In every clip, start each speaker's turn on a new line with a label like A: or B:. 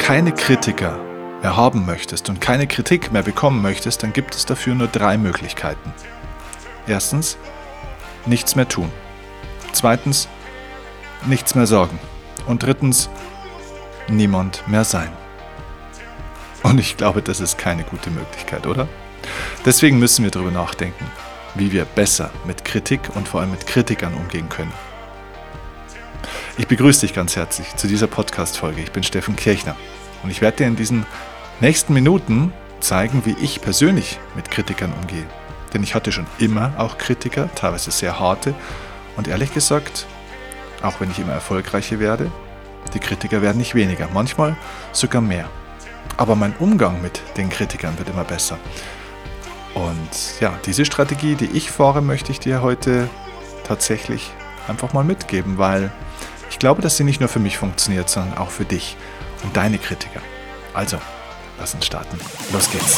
A: keine Kritiker mehr haben möchtest und keine Kritik mehr bekommen möchtest, dann gibt es dafür nur 3 Möglichkeiten. Erstens, nichts mehr tun. Zweitens, nichts mehr sagen. Und drittens, niemand mehr sein. Und ich glaube, das ist keine gute Möglichkeit, oder? Deswegen müssen wir darüber nachdenken, wie wir besser mit Kritik und vor allem mit Kritikern umgehen können. Ich begrüße dich ganz herzlich zu dieser Podcast-Folge. Ich bin Steffen Kirchner und ich werde dir in diesen nächsten Minuten zeigen, wie ich persönlich mit Kritikern umgehe. Denn ich hatte schon immer auch Kritiker, teilweise sehr harte, und ehrlich gesagt, auch wenn ich immer erfolgreicher werde, die Kritiker werden nicht weniger, manchmal sogar mehr. Aber mein Umgang mit den Kritikern wird immer besser. Und ja, diese Strategie, die ich fahre, möchte ich dir heute tatsächlich einfach mal mitgeben, weil ich glaube, dass sie nicht nur für mich funktioniert, sondern auch für dich und deine Kritiker. Also, lass uns starten. Los geht's.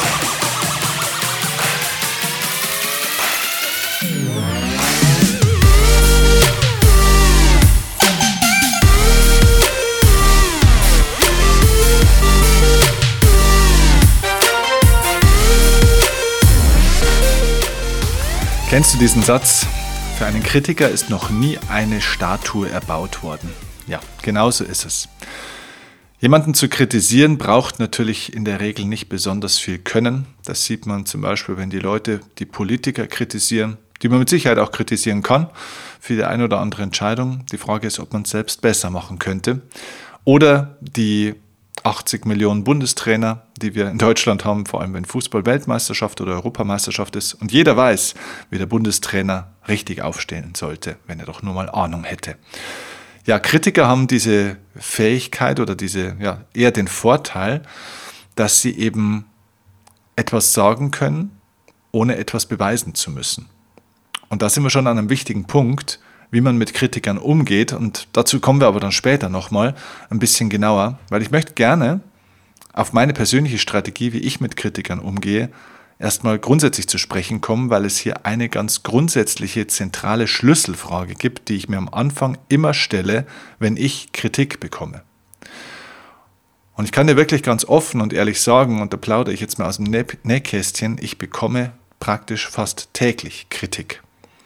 A: Kennst du diesen Satz? Für einen Kritiker ist noch nie eine Statue erbaut worden. Ja, genauso ist es. Jemanden zu kritisieren braucht natürlich in der Regel nicht besonders viel Können. Das sieht man zum Beispiel, wenn die Leute die Politiker kritisieren, die man mit Sicherheit auch kritisieren kann, für die eine oder andere Entscheidung. Die Frage ist, ob man es selbst besser machen könnte. Oder die 80 Millionen Bundestrainer, die wir in Deutschland haben, vor allem wenn Fußball-Weltmeisterschaft oder Europameisterschaft ist. Und jeder weiß, wie der Bundestrainer richtig aufstehen sollte, wenn er doch nur mal Ahnung hätte. Ja, Kritiker haben diese Fähigkeit oder eher den Vorteil, dass sie eben etwas sagen können, ohne etwas beweisen zu müssen. Und da sind wir schon an einem wichtigen Punkt, wie man mit Kritikern umgeht. Und dazu kommen wir aber dann später nochmal ein bisschen genauer, weil ich möchte gerne auf meine persönliche Strategie, wie ich mit Kritikern umgehe, erstmal grundsätzlich zu sprechen kommen, weil es hier eine ganz grundsätzliche, zentrale Schlüsselfrage gibt, die ich mir am Anfang immer stelle, wenn ich Kritik bekomme. Und ich kann dir wirklich ganz offen und ehrlich sagen, und da plaudere ich jetzt mal aus dem Nähkästchen, ich bekomme praktisch fast täglich Kritik.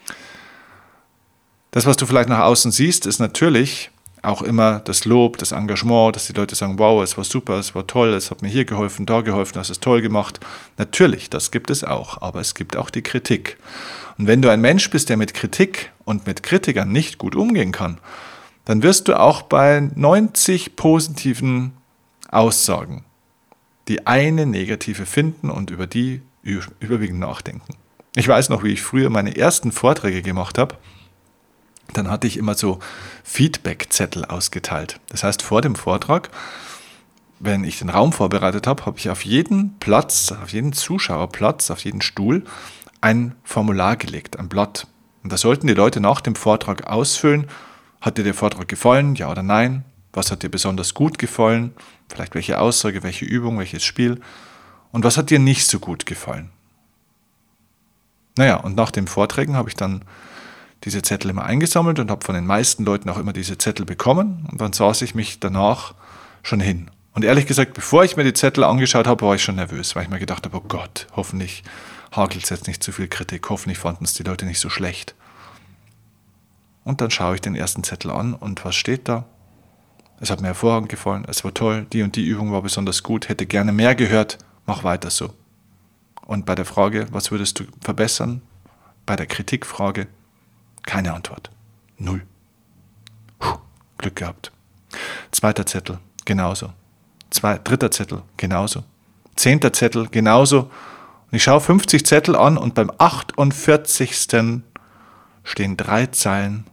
A: Das, was du vielleicht nach außen siehst, ist natürlich auch immer das Lob, das Engagement, dass die Leute sagen, wow, es war super, es war toll, es hat mir hier geholfen, da geholfen, hast es toll gemacht. Natürlich, das gibt es auch, aber es gibt auch die Kritik. Und wenn du ein Mensch bist, der mit Kritik und mit Kritikern nicht gut umgehen kann, dann wirst du auch bei 90 positiven Aussagen die eine negative finden und über die überwiegend nachdenken. Ich weiß noch, wie ich früher meine ersten Vorträge gemacht habe. Dann hatte ich immer so Feedback-Zettel ausgeteilt. Das heißt, vor dem Vortrag, wenn ich den Raum vorbereitet habe, habe ich auf jeden Platz, auf jeden Zuschauerplatz, auf jeden Stuhl ein Formular gelegt, ein Blatt. Und da sollten die Leute nach dem Vortrag ausfüllen, hat dir der Vortrag gefallen, ja oder nein? Was hat dir besonders gut gefallen? Vielleicht welche Aussage, welche Übung, welches Spiel? Und was hat dir nicht so gut gefallen? Naja, und nach den Vorträgen habe ich dann diese Zettel immer eingesammelt und habe von den meisten Leuten auch immer diese Zettel bekommen. Und dann saß ich mich danach schon hin. Und ehrlich gesagt, bevor ich mir die Zettel angeschaut habe, war ich schon nervös, weil ich mir gedacht habe, oh Gott, hoffentlich hagelt es jetzt nicht zu viel Kritik, hoffentlich fanden es die Leute nicht so schlecht. Und dann schaue ich den ersten Zettel an und was steht da? Es hat mir hervorragend gefallen, es war toll, die und die Übung war besonders gut, hätte gerne mehr gehört, mach weiter so. Und bei der Frage, was würdest du verbessern? Bei der Kritikfrage, keine Antwort. 0. Glück gehabt. Zweiter Zettel, genauso. Dritter Zettel, genauso. 10. Zettel, genauso. Und ich schaue 50 Zettel an und beim 48. stehen 3 Zeilen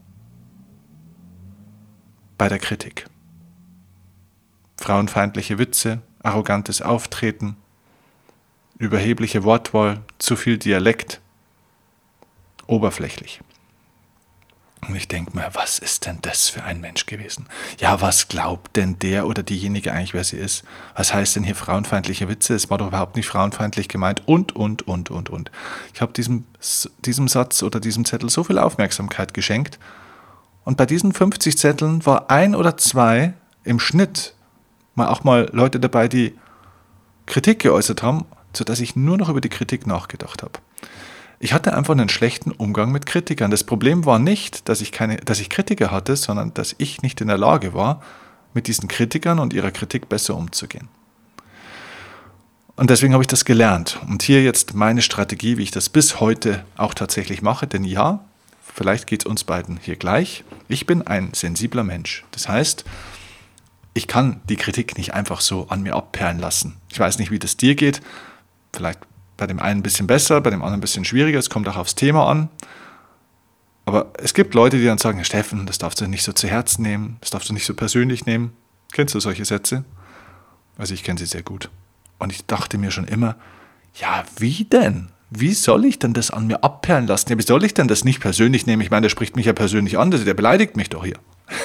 A: bei der Kritik. Frauenfeindliche Witze, arrogantes Auftreten, überhebliche Wortwahl, zu viel Dialekt, oberflächlich. Und ich denke mir, was ist denn das für ein Mensch gewesen? Ja, was glaubt denn der oder diejenige eigentlich, wer sie ist? Was heißt denn hier frauenfeindliche Witze? Es war doch überhaupt nicht frauenfeindlich gemeint und. Ich habe diesem Satz oder diesem Zettel so viel Aufmerksamkeit geschenkt. Und bei diesen 50 Zetteln war 1 oder 2 im Schnitt auch mal Leute dabei, die Kritik geäußert haben, sodass ich nur noch über die Kritik nachgedacht habe. Ich hatte einfach einen schlechten Umgang mit Kritikern. Das Problem war nicht, dass ich Kritiker hatte, sondern dass ich nicht in der Lage war, mit diesen Kritikern und ihrer Kritik besser umzugehen. Und deswegen habe ich das gelernt. Und hier jetzt meine Strategie, wie ich das bis heute auch tatsächlich mache. Denn ja, vielleicht geht es uns beiden hier gleich. Ich bin ein sensibler Mensch. Das heißt, ich kann die Kritik nicht einfach so an mir abperlen lassen. Ich weiß nicht, wie das dir geht. Vielleicht bei dem einen ein bisschen besser, bei dem anderen ein bisschen schwieriger. Es kommt auch aufs Thema an. Aber es gibt Leute, die dann sagen, Herr Steffen, das darfst du nicht so zu Herzen nehmen, das darfst du nicht so persönlich nehmen. Kennst du solche Sätze? Also ich kenne sie sehr gut. Und ich dachte mir schon immer, ja, wie denn? Wie soll ich denn das an mir abperlen lassen? Ja, wie soll ich denn das nicht persönlich nehmen? Ich meine, der spricht mich ja persönlich an, der beleidigt mich doch hier.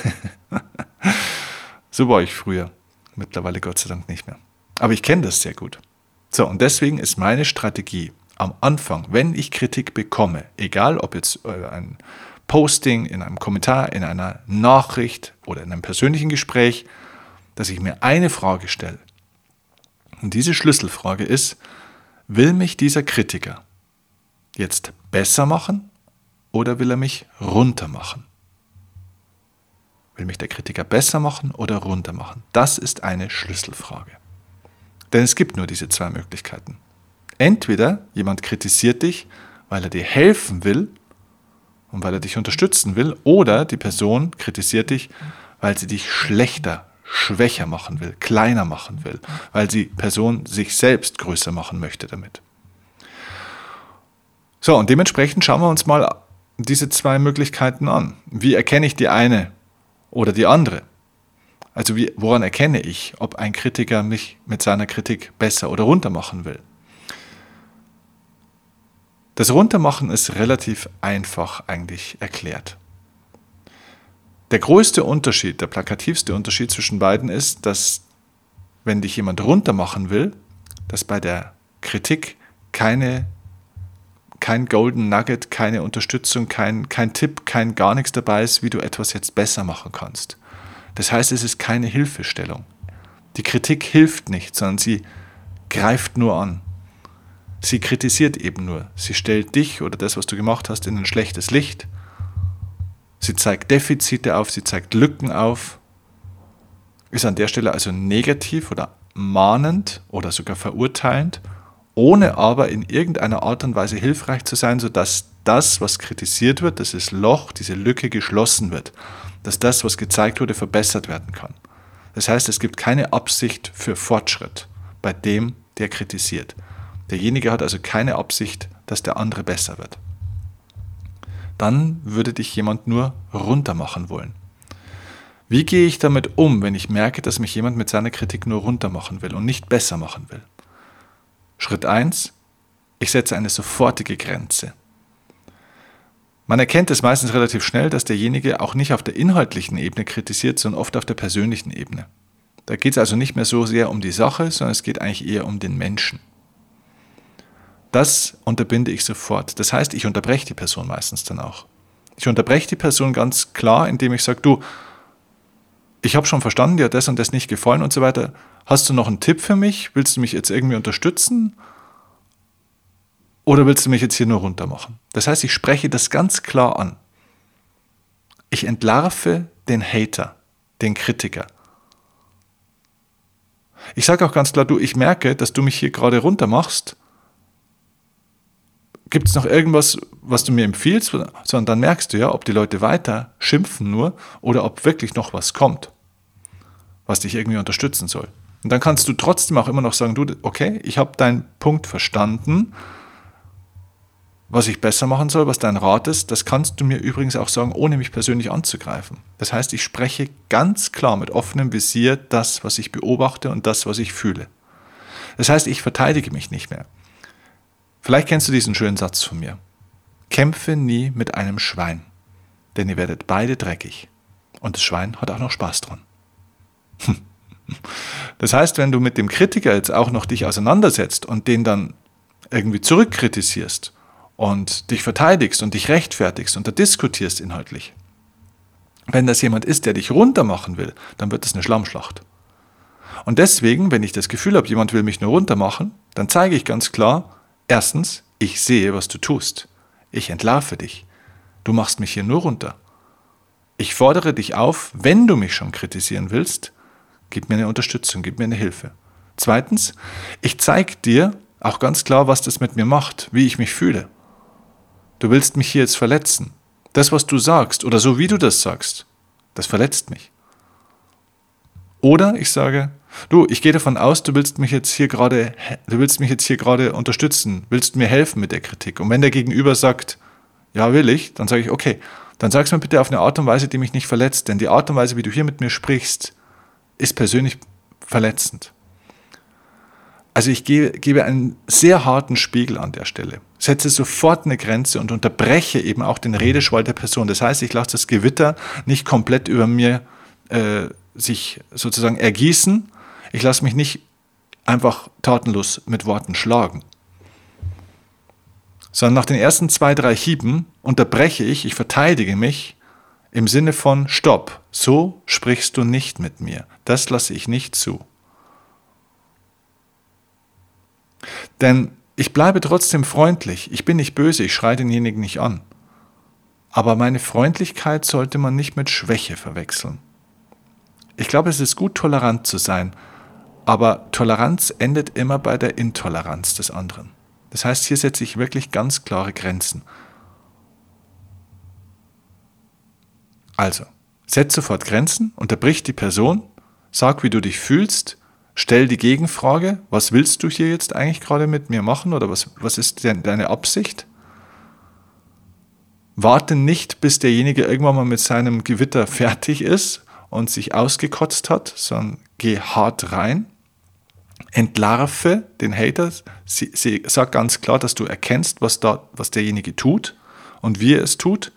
A: So war ich früher. Mittlerweile Gott sei Dank nicht mehr. Aber ich kenne das sehr gut. So, und deswegen ist meine Strategie am Anfang, wenn ich Kritik bekomme, egal ob jetzt ein Posting, in einem Kommentar, in einer Nachricht oder in einem persönlichen Gespräch, dass ich mir eine Frage stelle. Und diese Schlüsselfrage ist, will mich dieser Kritiker jetzt besser machen oder will er mich runter machen? Will mich der Kritiker besser machen oder runter machen? Das ist eine Schlüsselfrage. Denn es gibt nur diese zwei Möglichkeiten. Entweder jemand kritisiert dich, weil er dir helfen will und weil er dich unterstützen will, oder die Person kritisiert dich, weil sie dich schwächer machen will, kleiner machen will, weil die Person sich selbst größer machen möchte damit. So, und dementsprechend schauen wir uns mal diese zwei Möglichkeiten an. Wie erkenne ich die eine oder die andere? Also woran erkenne ich, ob ein Kritiker mich mit seiner Kritik besser oder runter machen will? Das Runtermachen ist relativ einfach eigentlich erklärt. Der größte Unterschied, der plakativste Unterschied zwischen beiden ist, dass wenn dich jemand runtermachen will, dass bei der Kritik kein Golden Nugget, keine Unterstützung, kein Tipp, kein gar nichts dabei ist, wie du etwas jetzt besser machen kannst. Das heißt, es ist keine Hilfestellung. Die Kritik hilft nicht, sondern sie greift nur an. Sie kritisiert eben nur. Sie stellt dich oder das, was du gemacht hast, in ein schlechtes Licht. Sie zeigt Defizite auf, sie zeigt Lücken auf. Ist an der Stelle also negativ oder mahnend oder sogar verurteilend, ohne aber in irgendeiner Art und Weise hilfreich zu sein, sodass das, was kritisiert wird, dieses Loch, diese Lücke geschlossen wird, dass das, was gezeigt wurde, verbessert werden kann. Das heißt, es gibt keine Absicht für Fortschritt bei dem, der kritisiert. Derjenige hat also keine Absicht, dass der andere besser wird. Dann würde dich jemand nur runter machen wollen. Wie gehe ich damit um, wenn ich merke, dass mich jemand mit seiner Kritik nur runter machen will und nicht besser machen will? Schritt 1. Ich setze eine sofortige Grenze. Man erkennt es meistens relativ schnell, dass derjenige auch nicht auf der inhaltlichen Ebene kritisiert, sondern oft auf der persönlichen Ebene. Da geht es also nicht mehr so sehr um die Sache, sondern es geht eigentlich eher um den Menschen. Das unterbinde ich sofort. Das heißt, ich unterbreche die Person meistens dann auch. Ich unterbreche die Person ganz klar, indem ich sage, du, ich habe schon verstanden, dir hat das und das nicht gefallen und so weiter. Hast du noch einen Tipp für mich? Willst du mich jetzt irgendwie unterstützen? Oder willst du mich jetzt hier nur runter machen? Das heißt, ich spreche das ganz klar an. Ich entlarve den Hater, den Kritiker. Ich sage auch ganz klar, du, ich merke, dass du mich hier gerade runter machst. Gibt es noch irgendwas, was du mir empfiehlst? Sondern dann merkst du ja, ob die Leute weiter schimpfen nur oder ob wirklich noch was kommt, was dich irgendwie unterstützen soll. Und dann kannst du trotzdem auch immer noch sagen, du, okay, ich habe deinen Punkt verstanden, was ich besser machen soll, was dein Rat ist, das kannst du mir übrigens auch sagen, ohne mich persönlich anzugreifen. Das heißt, ich spreche ganz klar mit offenem Visier das, was ich beobachte und das, was ich fühle. Das heißt, ich verteidige mich nicht mehr. Vielleicht kennst du diesen schönen Satz von mir. Kämpfe nie mit einem Schwein, denn ihr werdet beide dreckig. Und das Schwein hat auch noch Spaß dran. Das heißt, wenn du mit dem Kritiker jetzt auch noch dich auseinandersetzt und den dann irgendwie zurückkritisierst und dich verteidigst und dich rechtfertigst und da diskutierst inhaltlich, wenn das jemand ist, der dich runtermachen will, dann wird das eine Schlammschlacht. Und deswegen, wenn ich das Gefühl habe, jemand will mich nur runtermachen, dann zeige ich ganz klar, erstens, ich sehe, was du tust. Ich entlarve dich. Du machst mich hier nur runter. Ich fordere dich auf, wenn du mich schon kritisieren willst, gib mir eine Unterstützung, gib mir eine Hilfe. Zweitens, ich zeige dir auch ganz klar, was das mit mir macht, wie ich mich fühle. Du willst mich hier jetzt verletzen. Das, was du sagst oder so wie du das sagst, das verletzt mich. Oder ich sage, du, ich gehe davon aus, du willst mich jetzt hier gerade unterstützen, willst mir helfen mit der Kritik. Und wenn der Gegenüber sagt, ja, will ich, dann sage ich, okay, dann sag's mir bitte auf eine Art und Weise, die mich nicht verletzt. Denn die Art und Weise, wie du hier mit mir sprichst, ist persönlich verletzend. Also ich gebe einen sehr harten Spiegel an der Stelle, setze sofort eine Grenze und unterbreche eben auch den Redeschwall der Person. Das heißt, ich lasse das Gewitter nicht komplett über mir sich sozusagen ergießen. Ich lasse mich nicht einfach tatenlos mit Worten schlagen. Sondern nach den ersten 2, 3 Hieben unterbreche ich verteidige mich im Sinne von Stopp, so sprichst du nicht mit mir. Das lasse ich nicht zu. Denn ich bleibe trotzdem freundlich, ich bin nicht böse, ich schreie denjenigen nicht an. Aber meine Freundlichkeit sollte man nicht mit Schwäche verwechseln. Ich glaube, es ist gut, tolerant zu sein, aber Toleranz endet immer bei der Intoleranz des anderen. Das heißt, hier setze ich wirklich ganz klare Grenzen. Also, setz sofort Grenzen, unterbrich die Person, sag, wie du dich fühlst, stell die Gegenfrage, was willst du hier jetzt eigentlich gerade mit mir machen oder was ist denn deine Absicht? Warte nicht, bis derjenige irgendwann mal mit seinem Gewitter fertig ist und sich ausgekotzt hat, sondern geh hart rein. Entlarve den Hater, sag ganz klar, dass du erkennst, was derjenige tut und wie er es tut.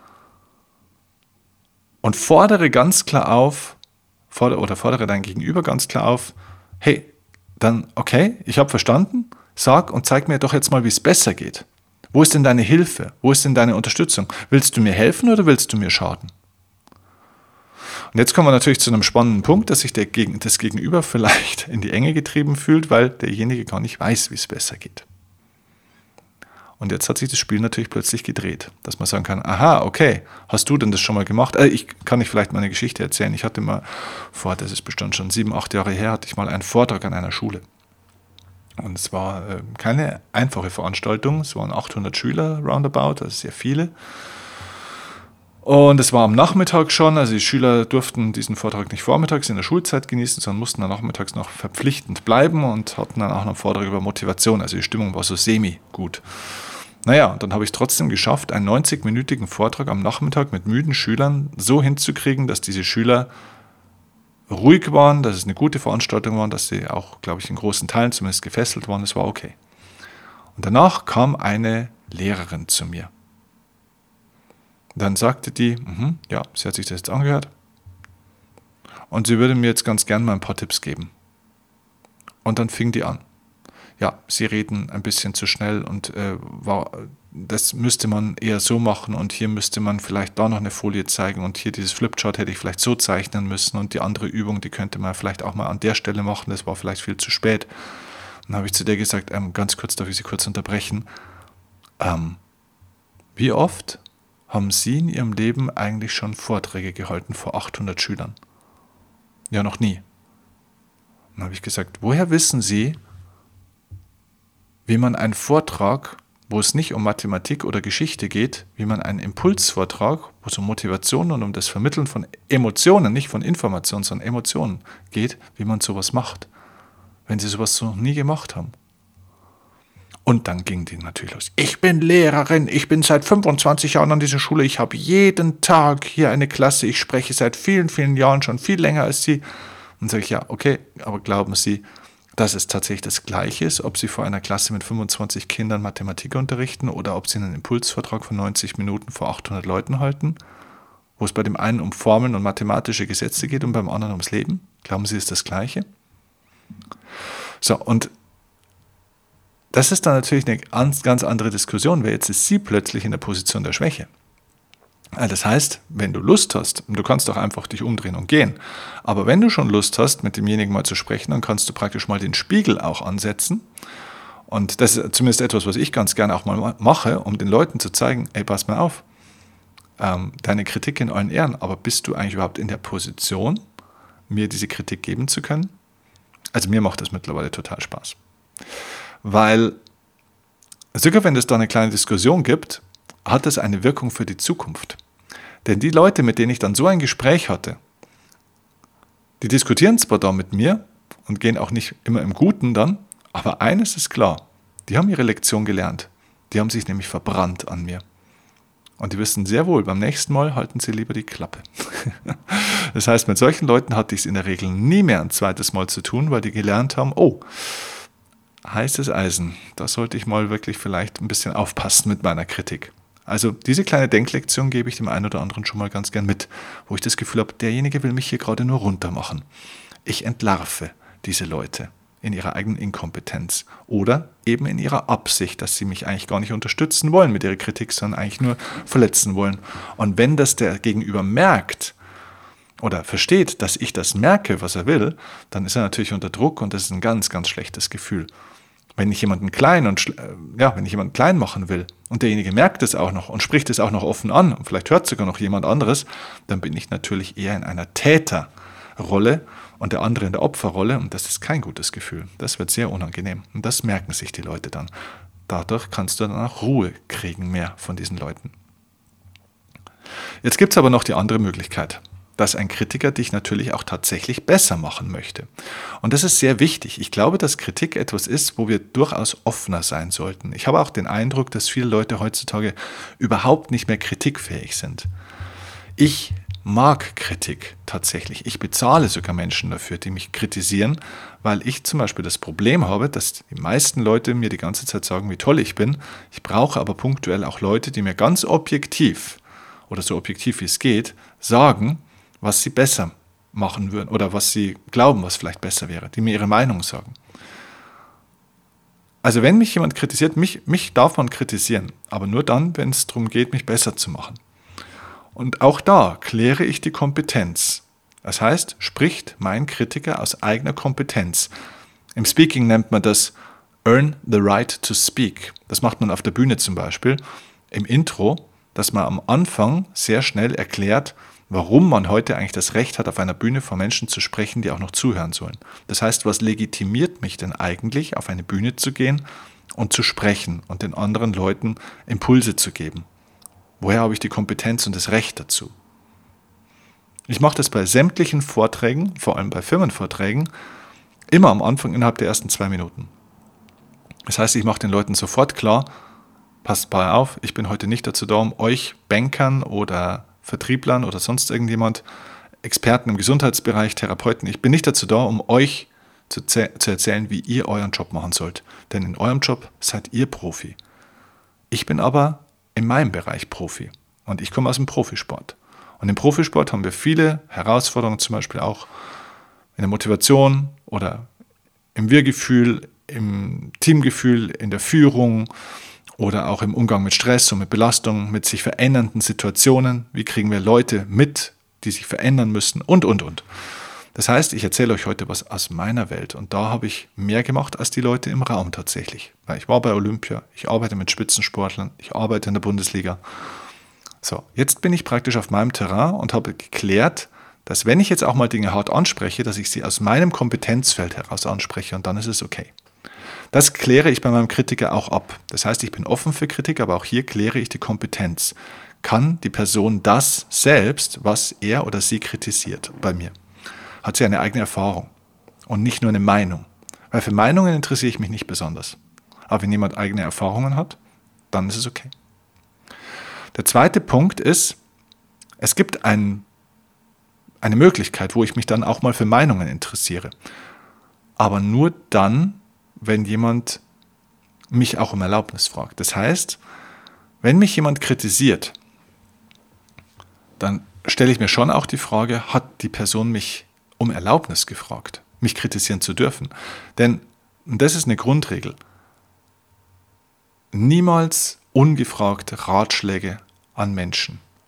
A: Und fordere ganz klar auf, fordere dein Gegenüber ganz klar auf, hey, dann okay, ich habe verstanden, sag und zeig mir doch jetzt mal, wie es besser geht. Wo ist denn deine Hilfe? Wo ist denn deine Unterstützung? Willst du mir helfen oder willst du mir schaden? Und jetzt kommen wir natürlich zu einem spannenden Punkt, dass sich das Gegenüber vielleicht in die Enge getrieben fühlt, weil derjenige gar nicht weiß, wie es besser geht. Und jetzt hat sich das Spiel natürlich plötzlich gedreht, dass man sagen kann, aha, okay, hast du denn das schon mal gemacht? Kann ich vielleicht mal eine Geschichte erzählen. Ich hatte mal das ist bestimmt schon 7, 8 Jahre her, hatte ich mal einen Vortrag an einer Schule. Und es war keine einfache Veranstaltung, es waren 800 Schüler roundabout, also sehr viele. Und es war am Nachmittag schon, also die Schüler durften diesen Vortrag nicht vormittags in der Schulzeit genießen, sondern mussten dann nachmittags noch verpflichtend bleiben und hatten dann auch noch einen Vortrag über Motivation, also die Stimmung war so semi-gut. Naja, und dann habe ich es trotzdem geschafft, einen 90-minütigen Vortrag am Nachmittag mit müden Schülern so hinzukriegen, dass diese Schüler ruhig waren, dass es eine gute Veranstaltung war, dass sie auch, glaube ich, in großen Teilen zumindest gefesselt waren, es war okay. Und danach kam eine Lehrerin zu mir. Dann sagte die, ja, sie hat sich das jetzt angehört und sie würde mir jetzt ganz gern mal ein paar Tipps geben. Und dann fing die an. Ja, sie reden ein bisschen zu schnell und das müsste man eher so machen und hier müsste man vielleicht da noch eine Folie zeigen und hier dieses Flipchart hätte ich vielleicht so zeichnen müssen und die andere Übung, die könnte man vielleicht auch mal an der Stelle machen, das war vielleicht viel zu spät. Dann habe ich zu der gesagt, ganz kurz, darf ich Sie kurz unterbrechen, wie oft haben Sie in Ihrem Leben eigentlich schon Vorträge gehalten vor 800 Schülern? Ja, noch nie. Dann habe ich gesagt, woher wissen Sie, wie man einen Vortrag, wo es nicht um Mathematik oder Geschichte geht, wie man einen Impulsvortrag, wo es um Motivation und um das Vermitteln von Emotionen, nicht von Informationen, sondern Emotionen geht, wie man sowas macht, wenn Sie sowas noch nie gemacht haben? Und dann ging die natürlich los. Ich bin Lehrerin, ich bin seit 25 Jahren an dieser Schule, ich habe jeden Tag hier eine Klasse, ich spreche seit vielen, vielen Jahren schon viel länger als Sie. Und sage ich, ja, okay, aber glauben Sie, dass es tatsächlich das Gleiche ist, ob Sie vor einer Klasse mit 25 Kindern Mathematik unterrichten oder ob Sie einen Impulsvortrag von 90 Minuten vor 800 Leuten halten, wo es bei dem einen um Formeln und mathematische Gesetze geht und beim anderen ums Leben? Glauben Sie, es ist das Gleiche? So, und das ist dann natürlich eine ganz andere Diskussion, weil jetzt ist sie plötzlich in der Position der Schwäche. Das heißt, wenn du Lust hast, du kannst auch einfach dich umdrehen und gehen, aber wenn du schon Lust hast, mit demjenigen mal zu sprechen, dann kannst du praktisch mal den Spiegel auch ansetzen. Und das ist zumindest etwas, was ich ganz gerne auch mal mache, um den Leuten zu zeigen, ey, pass mal auf, deine Kritik in allen Ehren, aber bist du eigentlich überhaupt in der Position, mir diese Kritik geben zu können? Also mir macht das mittlerweile total Spaß. Weil sogar wenn es da eine kleine Diskussion gibt, hat das eine Wirkung für die Zukunft. Denn die Leute, mit denen ich dann so ein Gespräch hatte, die diskutieren zwar da mit mir und gehen auch nicht immer im Guten dann, aber eines ist klar, die haben ihre Lektion gelernt. Die haben sich nämlich verbrannt an mir. Und die wissen sehr wohl, beim nächsten Mal halten sie lieber die Klappe. Das heißt, mit solchen Leuten hatte ich es in der Regel nie mehr ein zweites Mal zu tun, weil die gelernt haben, oh, heißes Eisen, da sollte ich mal wirklich vielleicht ein bisschen aufpassen mit meiner Kritik. Also diese kleine Denklektion gebe ich dem einen oder anderen schon mal ganz gern mit, wo ich das Gefühl habe, derjenige will mich hier gerade nur runtermachen. Ich entlarve diese Leute in ihrer eigenen Inkompetenz oder eben in ihrer Absicht, dass sie mich eigentlich gar nicht unterstützen wollen mit ihrer Kritik, sondern eigentlich nur verletzen wollen. Und wenn das der Gegenüber merkt oder versteht, dass ich das merke, was er will, dann ist er natürlich unter Druck und das ist ein ganz, ganz schlechtes Gefühl. Wenn ich jemanden klein machen will und derjenige merkt es auch noch und spricht es auch noch offen an und vielleicht hört sogar noch jemand anderes, dann bin ich natürlich eher in einer Täterrolle und der andere in der Opferrolle und das ist kein gutes Gefühl. Das wird sehr unangenehm und das merken sich die Leute dann. Dadurch kannst du dann auch Ruhe kriegen mehr von diesen Leuten. Jetzt gibt es aber noch die andere Möglichkeit, dass ein Kritiker dich natürlich auch tatsächlich besser machen möchte. Und das ist sehr wichtig. Ich glaube, dass Kritik etwas ist, wo wir durchaus offener sein sollten. Ich habe auch den Eindruck, dass viele Leute heutzutage überhaupt nicht mehr kritikfähig sind. Ich mag Kritik tatsächlich. Ich bezahle sogar Menschen dafür, die mich kritisieren, weil ich zum Beispiel das Problem habe, dass die meisten Leute mir die ganze Zeit sagen, wie toll ich bin. Ich brauche aber punktuell auch Leute, die mir ganz objektiv oder so objektiv wie es geht, sagen, was sie besser machen würden oder was sie glauben, was vielleicht besser wäre, die mir ihre Meinung sagen. Also wenn mich jemand kritisiert, mich darf man kritisieren, aber nur dann, wenn es darum geht, mich besser zu machen. Und auch da kläre ich die Kompetenz. Das heißt, spricht mein Kritiker aus eigener Kompetenz. Im Speaking nennt man das Earn the right to speak. Das macht man auf der Bühne zum Beispiel im Intro, dass man am Anfang sehr schnell erklärt, warum man heute eigentlich das Recht hat, auf einer Bühne vor Menschen zu sprechen, die auch noch zuhören sollen. Das heißt, was legitimiert mich denn eigentlich, auf eine Bühne zu gehen und zu sprechen und den anderen Leuten Impulse zu geben? Woher habe ich die Kompetenz und das Recht dazu? Ich mache das bei sämtlichen Vorträgen, vor allem bei Firmenvorträgen, immer am Anfang innerhalb der ersten 2 Minuten. Das heißt, ich mache den Leuten sofort klar, passt bei auf, ich bin heute nicht dazu da, um euch Bankern oder Vertrieblern oder sonst irgendjemand, Experten im Gesundheitsbereich, Therapeuten, ich bin nicht dazu da, um euch zu erzählen, wie ihr euren Job machen sollt. Denn in eurem Job seid ihr Profi. Ich bin aber in meinem Bereich Profi und ich komme aus dem Profisport. Und im Profisport haben wir viele Herausforderungen, zum Beispiel auch in der Motivation oder im Wir-Gefühl, im Teamgefühl, in der Führung, oder auch im Umgang mit Stress und mit Belastung, mit sich verändernden Situationen. Wie kriegen wir Leute mit, die sich verändern müssen und. Das heißt, ich erzähle euch heute was aus meiner Welt und da habe ich mehr gemacht als die Leute im Raum tatsächlich. Weil ich war bei Olympia, ich arbeite mit Spitzensportlern, ich arbeite in der Bundesliga. So, jetzt bin ich praktisch auf meinem Terrain und habe geklärt, dass wenn ich jetzt auch mal Dinge hart anspreche, dass ich sie aus meinem Kompetenzfeld heraus anspreche und dann ist es okay. Das kläre ich bei meinem Kritiker auch ab. Das heißt, ich bin offen für Kritik, aber auch hier kläre ich die Kompetenz. Kann die Person das selbst, was er oder sie kritisiert bei mir? Hat sie eine eigene Erfahrung und nicht nur eine Meinung? Weil für Meinungen interessiere ich mich nicht besonders. Aber wenn jemand eigene Erfahrungen hat, dann ist es okay. Der zweite Punkt ist, es gibt eine Möglichkeit, wo ich mich dann auch mal für Meinungen interessiere. Aber nur dann, wenn jemand mich auch um Erlaubnis fragt. Das heißt, wenn mich jemand kritisiert, dann stelle ich mir schon auch die Frage, hat die Person mich um Erlaubnis gefragt, mich kritisieren zu dürfen? Denn, und das ist eine Grundregel, niemals ungefragt Ratschläge an Menschen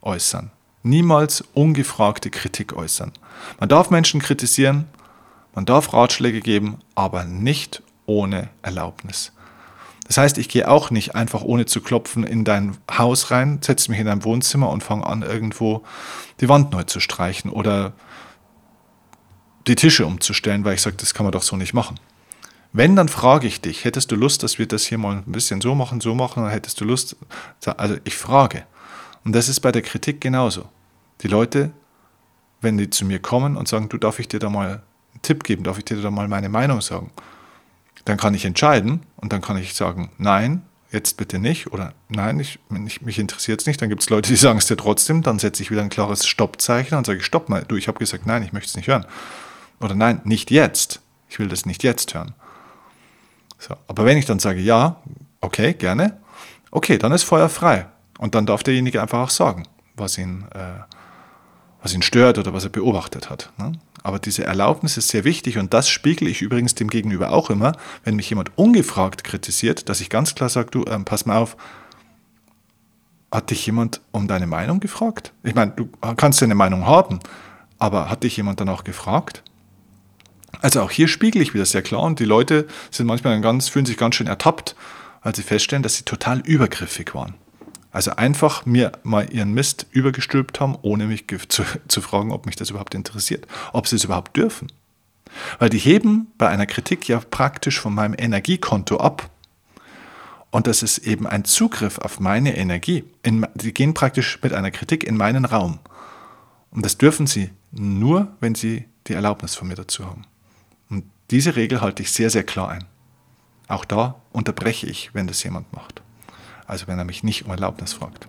A: äußern. Niemals ungefragte Kritik äußern. Man darf Menschen kritisieren, man darf Ratschläge geben, aber nicht ohne Erlaubnis. Das heißt, ich gehe auch nicht einfach ohne zu klopfen in dein Haus rein, setze mich in dein Wohnzimmer und fange an, irgendwo die Wand neu zu streichen oder die Tische umzustellen, weil ich sage, das kann man doch so nicht machen. Wenn, dann frage ich dich, hättest du Lust, dass wir das hier mal ein bisschen so machen, oder hättest du Lust? Also ich frage. Und das ist bei der Kritik genauso. Die Leute, wenn die zu mir kommen und sagen, du, darf ich dir da mal einen Tipp geben, darf ich dir da mal meine Meinung sagen? Dann kann ich entscheiden und dann kann ich sagen, nein, jetzt bitte nicht oder nein, mich interessiert es nicht. Dann gibt es Leute, die sagen es dir trotzdem, dann setze ich wieder ein klares Stoppzeichen und sage, stopp mal, du, ich habe gesagt, nein, ich möchte es nicht hören. Oder nein, nicht jetzt, ich will das nicht jetzt hören. So, aber wenn ich dann sage, ja, okay, gerne, okay, dann ist Feuer frei. Und dann darf derjenige einfach auch sagen, was ihn stört oder was er beobachtet hat. Ne? Aber diese Erlaubnis ist sehr wichtig und das spiegele ich übrigens dem Gegenüber auch immer, wenn mich jemand ungefragt kritisiert, dass ich ganz klar sage, du, pass mal auf, hat dich jemand um deine Meinung gefragt? Ich meine, du kannst deine Meinung haben, aber hat dich jemand dann auch gefragt? Also auch hier spiegele ich wieder sehr klar und die Leute sind manchmal fühlen sich ganz schön ertappt, weil sie feststellen, dass sie total übergriffig waren. Also einfach mir mal ihren Mist übergestülpt haben, ohne mich zu fragen, ob mich das überhaupt interessiert, ob sie es überhaupt dürfen. Weil die heben bei einer Kritik ja praktisch von meinem Energiekonto ab. Und das ist eben ein Zugriff auf meine Energie. Die gehen praktisch mit einer Kritik in meinen Raum. Und das dürfen sie nur, wenn sie die Erlaubnis von mir dazu haben. Und diese Regel halte ich sehr, sehr klar ein. Auch da unterbreche ich, wenn das jemand macht. Also wenn er mich nicht um Erlaubnis fragt.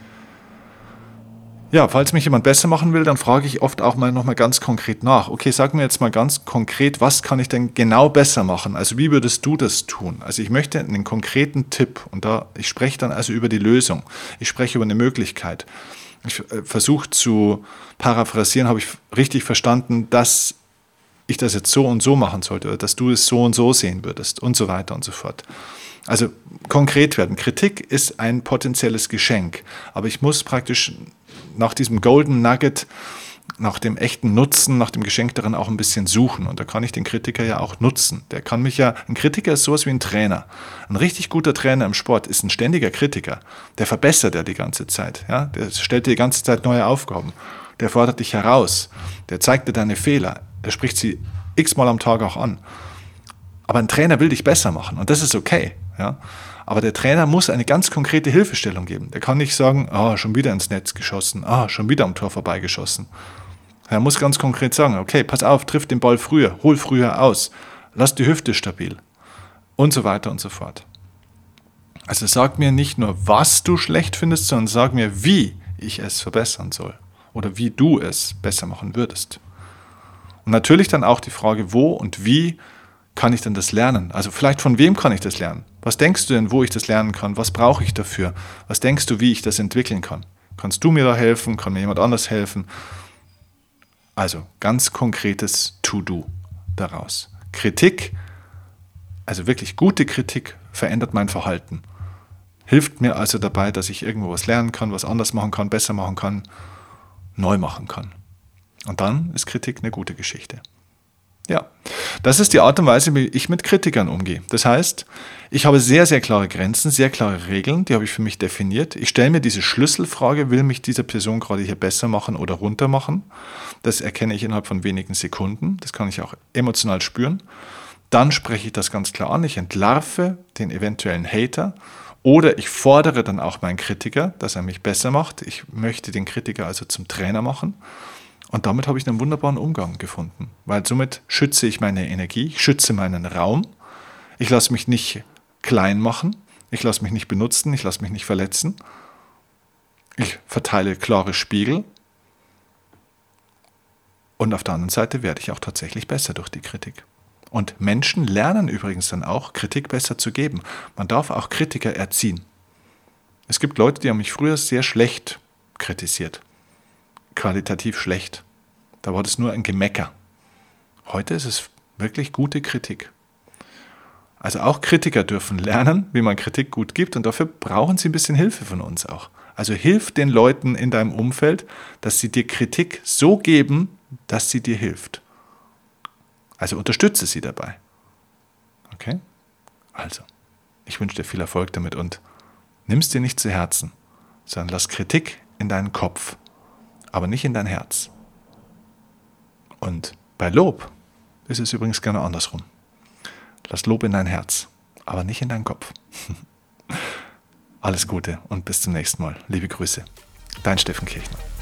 A: Ja, falls mich jemand besser machen will, dann frage ich oft auch mal nochmal ganz konkret nach. Okay, sag mir jetzt mal ganz konkret, was kann ich denn genau besser machen? Also wie würdest du das tun? Also ich möchte einen konkreten Tipp und ich spreche dann also über die Lösung. Ich spreche über eine Möglichkeit. Ich versuche zu paraphrasieren, habe ich richtig verstanden, dass ich das jetzt so und so machen sollte oder dass du es so und so sehen würdest und so weiter und so fort. Also konkret werden. Kritik ist ein potenzielles Geschenk, aber ich muss praktisch nach diesem Golden Nugget, nach dem echten Nutzen, nach dem Geschenk darin auch ein bisschen suchen. Und da kann ich den Kritiker ja auch nutzen. Ein Kritiker ist sowas wie ein Trainer. Ein richtig guter Trainer im Sport ist ein ständiger Kritiker. Der verbessert ja die ganze Zeit. Ja? Der stellt dir die ganze Zeit neue Aufgaben. Der fordert dich heraus. Der zeigt dir deine Fehler. Er spricht sie x-mal am Tag auch an. Aber ein Trainer will dich besser machen und das ist okay. Ja? Aber der Trainer muss eine ganz konkrete Hilfestellung geben. Der kann nicht sagen, schon wieder ins Netz geschossen, schon wieder am Tor vorbeigeschossen. Er muss ganz konkret sagen, okay, pass auf, triff den Ball früher, hol früher aus, lass die Hüfte stabil und so weiter und so fort. Also sag mir nicht nur, was du schlecht findest, sondern sag mir, wie ich es verbessern soll oder wie du es besser machen würdest. Und natürlich dann auch die Frage, wo und wie kann ich denn das lernen? Also vielleicht von wem kann ich das lernen? Was denkst du denn, wo ich das lernen kann? Was brauche ich dafür? Was denkst du, wie ich das entwickeln kann? Kannst du mir da helfen? Kann mir jemand anders helfen? Also ganz konkretes To-Do daraus. Kritik, also wirklich gute Kritik, verändert mein Verhalten. Hilft mir also dabei, dass ich irgendwo was lernen kann, was anders machen kann, besser machen kann, neu machen kann. Und dann ist Kritik eine gute Geschichte. Ja, das ist die Art und Weise, wie ich mit Kritikern umgehe. Das heißt, ich habe sehr, sehr klare Grenzen, sehr klare Regeln, die habe ich für mich definiert. Ich stelle mir diese Schlüsselfrage, will mich diese Person gerade hier besser machen oder runter machen? Das erkenne ich innerhalb von wenigen Sekunden. Das kann ich auch emotional spüren. Dann spreche ich das ganz klar an. Ich entlarve den eventuellen Hater oder ich fordere dann auch meinen Kritiker, dass er mich besser macht. Ich möchte den Kritiker also zum Trainer machen. Und damit habe ich einen wunderbaren Umgang gefunden, weil somit schütze ich meine Energie, ich schütze meinen Raum, ich lasse mich nicht klein machen, ich lasse mich nicht benutzen, ich lasse mich nicht verletzen, ich verteile klare Spiegel und auf der anderen Seite werde ich auch tatsächlich besser durch die Kritik. Und Menschen lernen übrigens dann auch, Kritik besser zu geben. Man darf auch Kritiker erziehen. Es gibt Leute, die haben mich früher sehr schlecht kritisiert. Qualitativ schlecht. Da war das nur ein Gemecker. Heute ist es wirklich gute Kritik. Also auch Kritiker dürfen lernen, wie man Kritik gut gibt und dafür brauchen sie ein bisschen Hilfe von uns auch. Also hilf den Leuten in deinem Umfeld, dass sie dir Kritik so geben, dass sie dir hilft. Also unterstütze sie dabei. Okay? Also, ich wünsche dir viel Erfolg damit und nimm es dir nicht zu Herzen, sondern lass Kritik in deinen Kopf, aber nicht in dein Herz. Und bei Lob ist es übrigens genau andersrum. Lass Lob in dein Herz, aber nicht in deinen Kopf. Alles Gute und bis zum nächsten Mal. Liebe Grüße. Dein Steffen Kirchner.